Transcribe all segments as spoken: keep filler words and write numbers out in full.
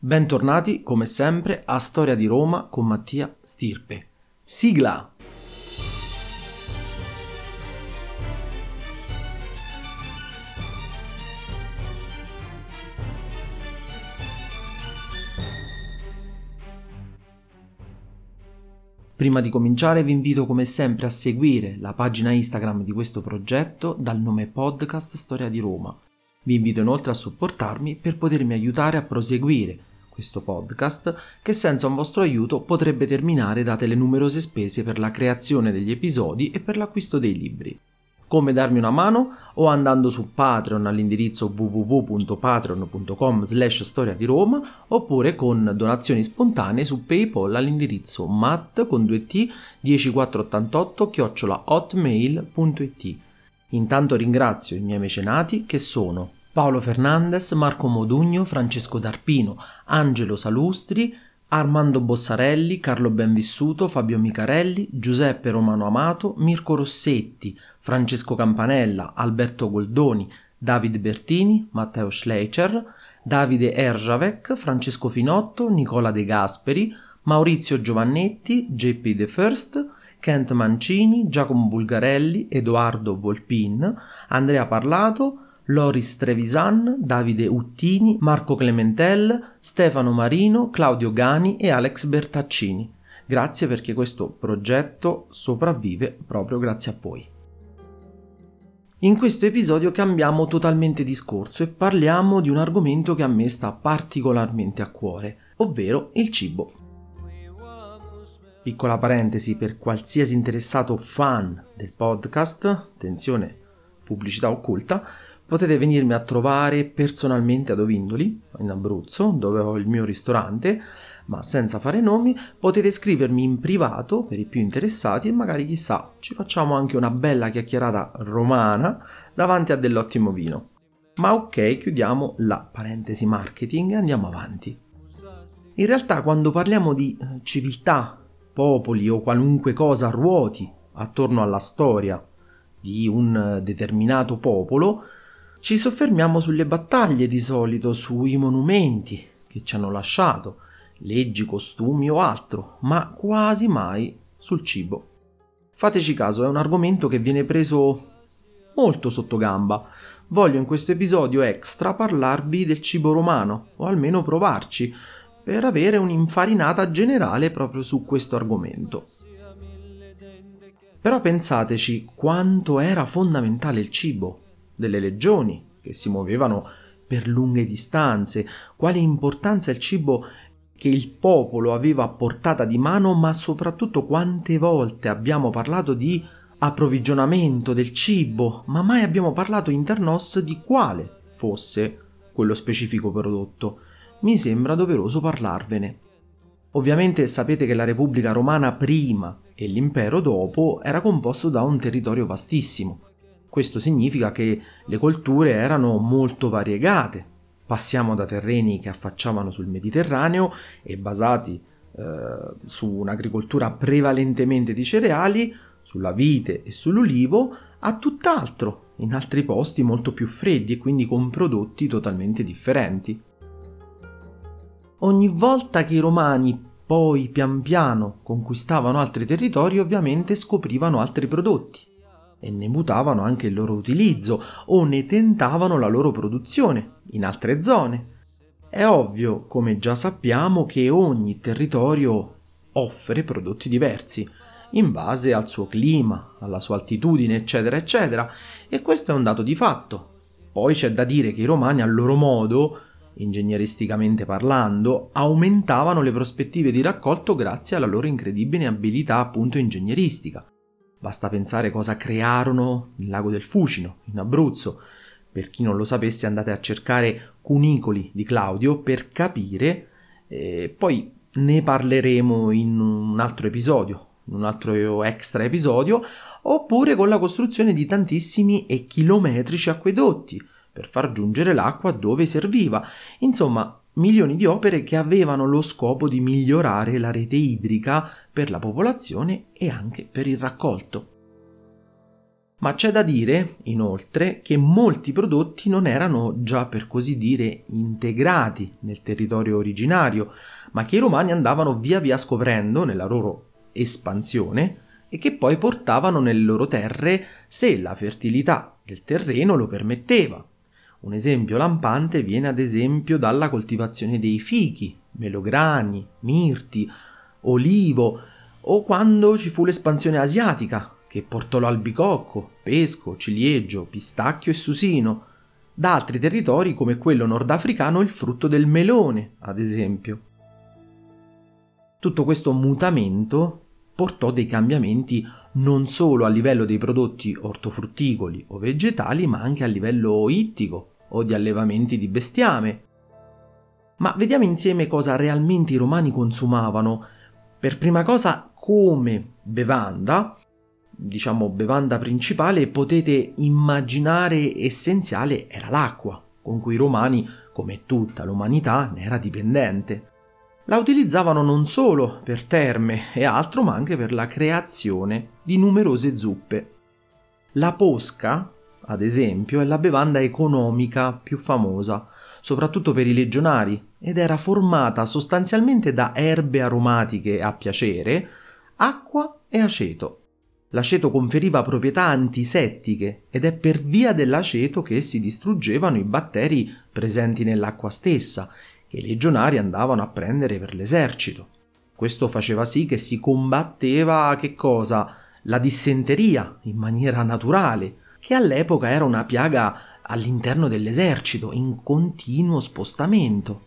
Bentornati, come sempre, a Storia di Roma con Mattia Stirpe. Sigla! Prima di cominciare vi invito come sempre a seguire la pagina Instagram di questo progetto dal nome Podcast Storia di Roma. Vi invito inoltre a supportarmi per potermi aiutare a proseguire questo podcast che senza un vostro aiuto potrebbe terminare date le numerose spese per la creazione degli episodi e per l'acquisto dei libri. Come darmi una mano? O andando su Patreon all'indirizzo w w w punto patreon punto com slash storia di Roma oppure con donazioni spontanee su PayPal all'indirizzo mat con due t millequattrocentottantotto chiocciola hotmail punto it. Intanto ringrazio i miei mecenati che sono Paolo Fernandez, Marco Modugno, Francesco D'Arpino, Angelo Salustri, Armando Bossarelli, Carlo Benvissuto, Fabio Micarelli, Giuseppe Romano Amato, Mirko Rossetti, Francesco Campanella, Alberto Goldoni, David Bertini, Matteo Schleicher, Davide Erjavec, Francesco Finotto, Nicola De Gasperi, Maurizio Giovannetti, J P The First, Kent Mancini, Giacomo Bulgarelli, Edoardo Volpin, Andrea Parlato, Loris Trevisan, Davide Uttini, Marco Clementel, Stefano Marino, Claudio Gani e Alex Bertaccini. Grazie perché questo progetto sopravvive proprio grazie a voi. In questo episodio cambiamo totalmente discorso e parliamo di un argomento che a me sta particolarmente a cuore, ovvero il cibo. Piccola parentesi per qualsiasi interessato fan del podcast, attenzione, pubblicità occulta, potete venirmi a trovare personalmente ad Ovindoli, in Abruzzo, dove ho il mio ristorante, ma senza fare nomi. Potete scrivermi in privato per i più interessati e magari chissà ci facciamo anche una bella chiacchierata romana davanti a dell'ottimo vino. Ma ok, chiudiamo la parentesi marketing e andiamo avanti. In realtà quando parliamo di civiltà, popoli o qualunque cosa ruoti attorno alla storia di un determinato popolo, ci soffermiamo sulle battaglie di solito, sui monumenti che ci hanno lasciato, leggi, costumi o altro, ma quasi mai sul cibo. Fateci caso, è un argomento che viene preso molto sotto gamba. Voglio in questo episodio extra parlarvi del cibo romano, o almeno provarci, per avere un'infarinata generale proprio su questo argomento. Però pensateci quanto era fondamentale il cibo, delle legioni che si muovevano per lunghe distanze, quale importanza il cibo che il popolo aveva a portata di mano, ma soprattutto quante volte abbiamo parlato di approvvigionamento del cibo, ma mai abbiamo parlato internos di quale fosse quello specifico prodotto. Mi sembra doveroso parlarvene. Ovviamente sapete che la Repubblica Romana prima e l'impero dopo era composto da un territorio vastissimo. Questo significa che le colture erano molto variegate. Passiamo da terreni che affacciavano sul Mediterraneo e basati eh, su un'agricoltura prevalentemente di cereali, sulla vite e sull'ulivo, a tutt'altro, in altri posti molto più freddi e quindi con prodotti totalmente differenti. Ogni volta che i romani poi pian piano conquistavano altri territori, ovviamente scoprivano altri prodotti e ne mutavano anche il loro utilizzo o ne tentavano la loro produzione in altre zone. È ovvio, come già sappiamo, che ogni territorio offre prodotti diversi in base al suo clima, alla sua altitudine, eccetera, eccetera, e questo è un dato di fatto. Poi c'è da dire che i romani a loro modo, ingegneristicamente parlando, aumentavano le prospettive di raccolto grazie alla loro incredibile abilità appunto ingegneristica. Basta pensare cosa crearono nel lago del Fucino, in Abruzzo. Per chi non lo sapesse andate a cercare Cunicoli di Claudio per capire, eh, poi ne parleremo in un altro episodio, in un altro extra episodio, oppure con la costruzione di tantissimi e chilometrici acquedotti per far giungere l'acqua dove serviva. Insomma, milioni di opere che avevano lo scopo di migliorare la rete idrica per la popolazione e anche per il raccolto. Ma c'è da dire, inoltre, che molti prodotti non erano già per così dire integrati nel territorio originario, ma che i romani andavano via via scoprendo nella loro espansione e che poi portavano nelle loro terre se la fertilità del terreno lo permetteva. Un esempio lampante viene ad esempio dalla coltivazione dei fichi, melograni, mirti, olivo, o quando ci fu l'espansione asiatica, che portò l'albicocco, pesco, ciliegio, pistacchio e susino. Da altri territori come quello nordafricano il frutto del melone, ad esempio. Tutto questo mutamento portò dei cambiamenti non solo a livello dei prodotti ortofrutticoli o vegetali, ma anche a livello ittico o di allevamenti di bestiame. Ma vediamo insieme cosa realmente i romani consumavano. Per prima cosa, come bevanda, diciamo bevanda principale, potete immaginare essenziale era l'acqua, con cui i romani, come tutta l'umanità, ne era dipendente. La utilizzavano non solo per terme e altro, ma anche per la creazione di numerose zuppe. La posca, ad esempio, è la bevanda economica più famosa, soprattutto per i legionari, ed era formata sostanzialmente da erbe aromatiche a piacere, acqua e aceto. L'aceto conferiva proprietà antisettiche ed è per via dell'aceto che si distruggevano i batteri presenti nell'acqua stessa, che i legionari andavano a prendere per l'esercito. Questo faceva sì che si combatteva che cosa? La dissenteria in maniera naturale, che all'epoca era una piaga all'interno dell'esercito, in continuo spostamento.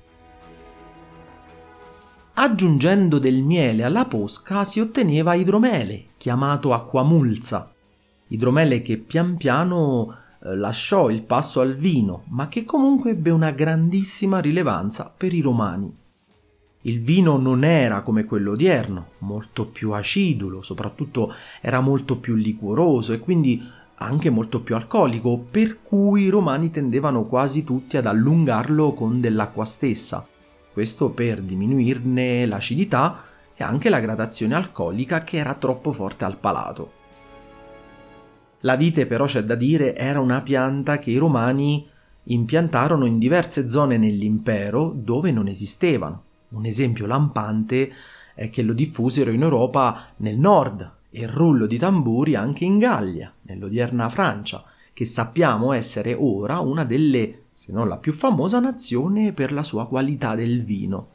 Aggiungendo del miele alla posca si otteneva idromele, chiamato acquamulza. Idromele che pian piano eh, lasciò il passo al vino, ma che comunque ebbe una grandissima rilevanza per i romani. Il vino non era come quello odierno, molto più acidulo, soprattutto era molto più liquoroso e quindi anche molto più alcolico, per cui i romani tendevano quasi tutti ad allungarlo con dell'acqua stessa. Questo per diminuirne l'acidità e anche la gradazione alcolica che era troppo forte al palato. La vite, però, c'è da dire, era una pianta che i romani impiantarono in diverse zone nell'impero dove non esistevano. Un esempio lampante è che lo diffusero in Europa nel nord e il rullo di tamburi anche in Gallia, nell'odierna Francia, che sappiamo essere ora una delle, se non la più famosa nazione per la sua qualità del vino.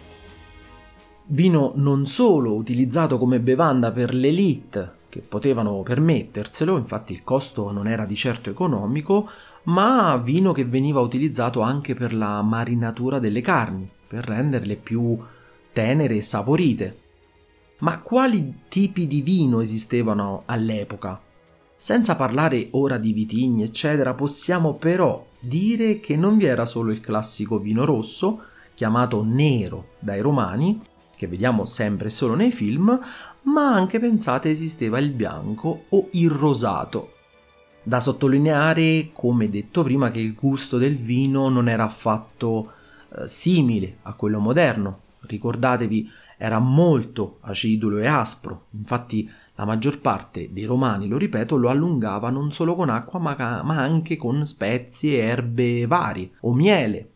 Vino non solo utilizzato come bevanda per l'élite, che potevano permetterselo, infatti il costo non era di certo economico, ma vino che veniva utilizzato anche per la marinatura delle carni, per renderle più tenere e saporite. Ma quali tipi di vino esistevano all'epoca? Senza parlare ora di vitigni, eccetera, possiamo però dire che non vi era solo il classico vino rosso, chiamato nero dai romani, che vediamo sempre solo nei film, ma anche, pensate, esisteva il bianco o il rosato. Da sottolineare, come detto prima, che il gusto del vino non era affatto eh, simile a quello moderno. Ricordatevi, era molto acidulo e aspro, infatti la maggior parte dei romani, lo ripeto, lo allungava non solo con acqua ma, ma anche con spezie e erbe varie o miele.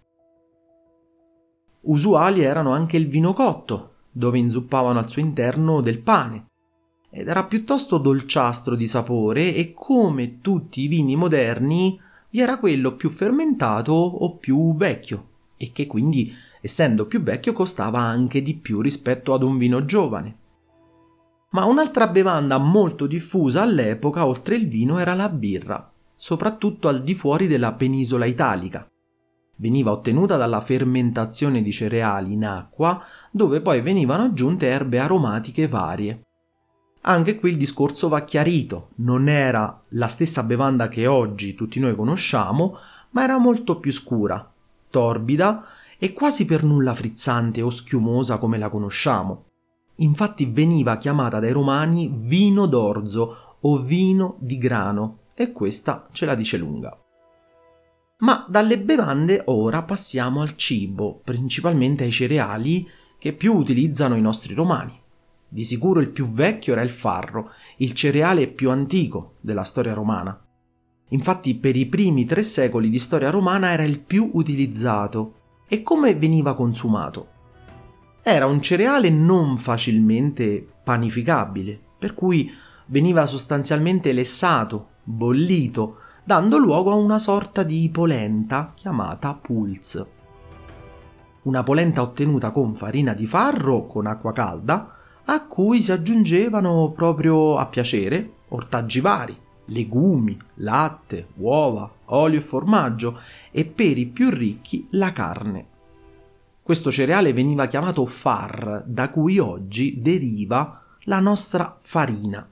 Usuali erano anche il vino cotto, dove inzuppavano al suo interno del pane, ed era piuttosto dolciastro di sapore e, come tutti i vini moderni, vi era quello più fermentato o più vecchio e che quindi, essendo più vecchio, costava anche di più rispetto ad un vino giovane. Ma un'altra bevanda molto diffusa all'epoca, oltre il vino, era la birra, soprattutto al di fuori della penisola italica. Veniva ottenuta dalla fermentazione di cereali in acqua, dove poi venivano aggiunte erbe aromatiche varie. Anche qui il discorso va chiarito, non era la stessa bevanda che oggi tutti noi conosciamo, ma era molto più scura, torbida e quasi per nulla frizzante o schiumosa come la conosciamo. Infatti veniva chiamata dai romani vino d'orzo o vino di grano, e questa ce la dice lunga. Ma dalle bevande ora passiamo al cibo, principalmente ai cereali che più utilizzano i nostri romani. Di sicuro il più vecchio era il farro, il cereale più antico della storia romana. Infatti per i primi tre secoli di storia romana era il più utilizzato. E come veniva consumato? Era un cereale non facilmente panificabile, per cui veniva sostanzialmente lessato, bollito, dando luogo a una sorta di polenta chiamata pulse. Una polenta ottenuta con farina di farro con acqua calda, a cui si aggiungevano proprio a piacere ortaggi vari, legumi, latte, uova, olio e formaggio e per i più ricchi la carne. Questo cereale veniva chiamato far, da cui oggi deriva la nostra farina.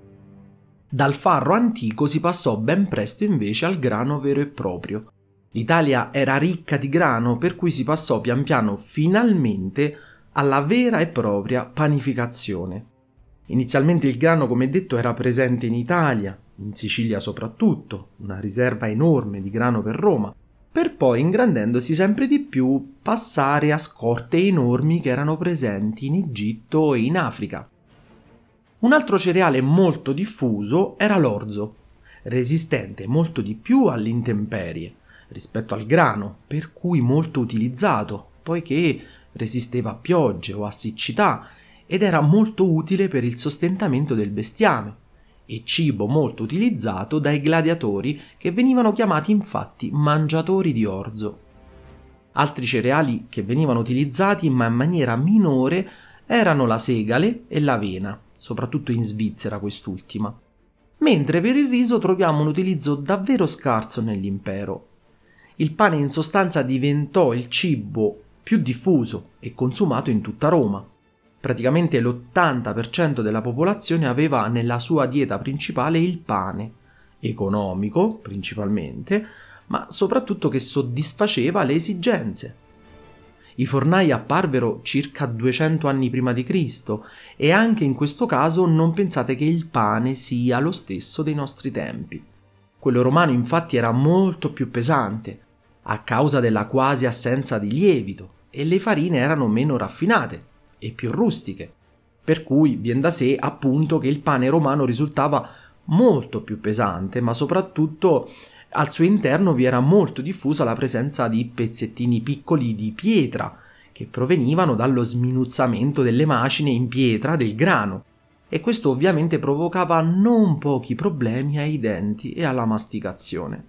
Dal farro antico si passò ben presto invece al grano vero e proprio. L'Italia era ricca di grano, per cui si passò pian piano finalmente alla vera e propria panificazione. Inizialmente il grano, come detto, era presente in Italia, in Sicilia soprattutto, una riserva enorme di grano per Roma, per poi, ingrandendosi sempre di più, passare a scorte enormi che erano presenti in Egitto e in Africa. Un altro cereale molto diffuso era l'orzo, resistente molto di più alle intemperie rispetto al grano, per cui molto utilizzato, poiché resisteva a piogge o a siccità ed era molto utile per il sostentamento del bestiame, e cibo molto utilizzato dai gladiatori che venivano chiamati infatti mangiatori di orzo. Altri cereali che venivano utilizzati ma in maniera minore erano la segale e l'avena, soprattutto in Svizzera quest'ultima, mentre per il riso troviamo un utilizzo davvero scarso nell'impero. Il pane in sostanza diventò il cibo più diffuso e consumato in tutta Roma. Praticamente l'ottanta per cento della popolazione aveva nella sua dieta principale il pane, economico principalmente, ma soprattutto che soddisfaceva le esigenze. I fornai apparvero circa duecento anni prima di Cristo e anche in questo caso non pensate che il pane sia lo stesso dei nostri tempi. Quello romano infatti era molto più pesante, a causa della quasi assenza di lievito, e le farine erano meno raffinate e più rustiche, per cui viene da sé appunto che il pane romano risultava molto più pesante, ma soprattutto al suo interno vi era molto diffusa la presenza di pezzettini piccoli di pietra che provenivano dallo sminuzzamento delle macine in pietra del grano, e questo ovviamente provocava non pochi problemi ai denti e alla masticazione.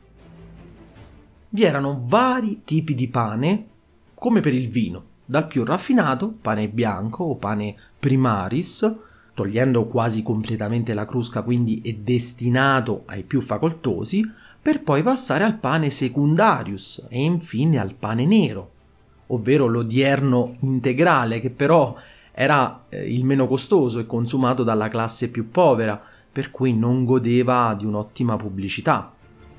Vi erano vari tipi di pane, come per il vino, dal più raffinato, pane bianco o pane primaris, togliendo quasi completamente la crusca, quindi è destinato ai più facoltosi, per poi passare al pane secundarius e infine al pane nero, ovvero l'odierno integrale, che però era eh, il meno costoso e consumato dalla classe più povera, per cui non godeva di un'ottima pubblicità.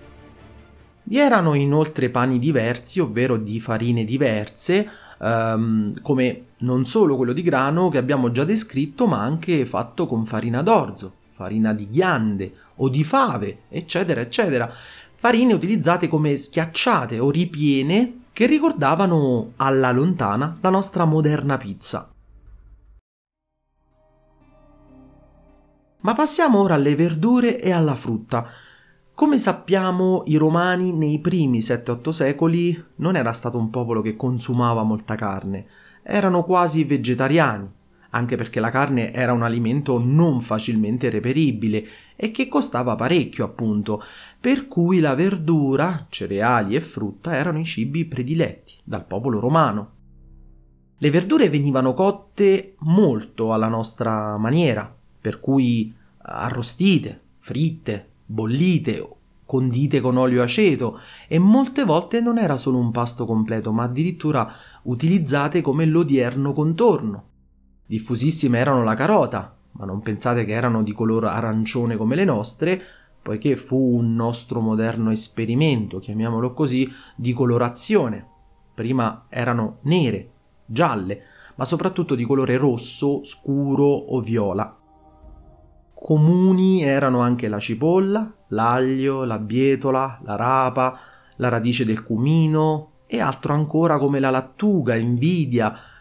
Vi erano inoltre pani diversi, ovvero di farine diverse, ehm, come non solo quello di grano che abbiamo già descritto, ma anche fatto con farina d'orzo, farina di ghiande o di fave, eccetera, eccetera. Farine utilizzate come schiacciate o ripiene che ricordavano alla lontana la nostra moderna pizza. Ma passiamo ora alle verdure e alla frutta. Come sappiamo, i romani nei primi sette otto secoli non era stato un popolo che consumava molta carne, erano quasi vegetariani, anche perché la carne era un alimento non facilmente reperibile e che costava parecchio, appunto, per cui la verdura, cereali e frutta erano i cibi prediletti dal popolo romano. Le verdure venivano cotte molto alla nostra maniera, per cui arrostite, fritte, bollite, condite con olio aceto, e molte volte non era solo un pasto completo, ma addirittura utilizzate come l'odierno contorno. Diffusissime erano la carota, ma non pensate che erano di color arancione come le nostre, poiché fu un nostro moderno esperimento, chiamiamolo così, di colorazione. Prima erano nere, gialle, ma soprattutto di colore rosso, scuro o viola. Comuni erano anche la cipolla, l'aglio, la bietola, la rapa, la radice del cumino e altro ancora come la lattuga, invidia,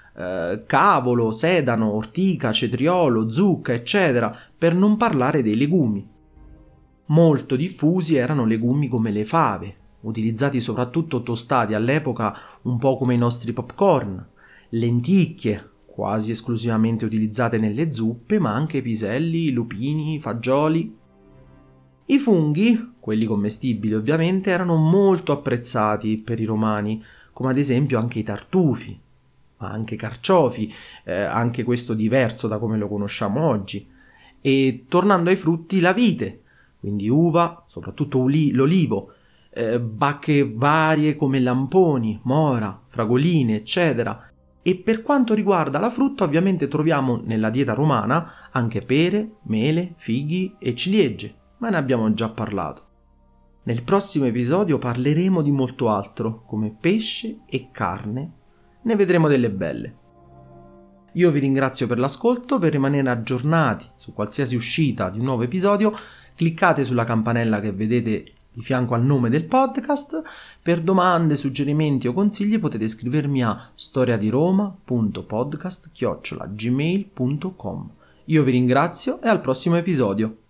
eh, cavolo, sedano, ortica, cetriolo, zucca, eccetera, per non parlare dei legumi. Molto diffusi erano legumi come le fave, utilizzati soprattutto tostati all'epoca un po' come i nostri popcorn, lenticchie, quasi esclusivamente utilizzate nelle zuppe, ma anche piselli, lupini, fagioli. I funghi, quelli commestibili ovviamente, erano molto apprezzati per i romani, come ad esempio anche i tartufi, ma anche i carciofi, eh, anche questo diverso da come lo conosciamo oggi. E tornando ai frutti, la vite, quindi uva, soprattutto uli- l'olivo, eh, bacche varie come lamponi, mora, fragoline, eccetera. E per quanto riguarda la frutta, ovviamente troviamo nella dieta romana anche pere, mele, fighi e ciliegie, ma ne abbiamo già parlato. Nel prossimo episodio parleremo di molto altro, come pesce e carne. Ne vedremo delle belle. Io vi ringrazio per l'ascolto. Per rimanere aggiornati su qualsiasi uscita di un nuovo episodio, cliccate sulla campanella che vedete di fianco al nome del podcast. Per domande, suggerimenti o consigli potete scrivermi a storiadiroma punto podcast chiocciola gmail punto com. Io vi ringrazio e al prossimo episodio.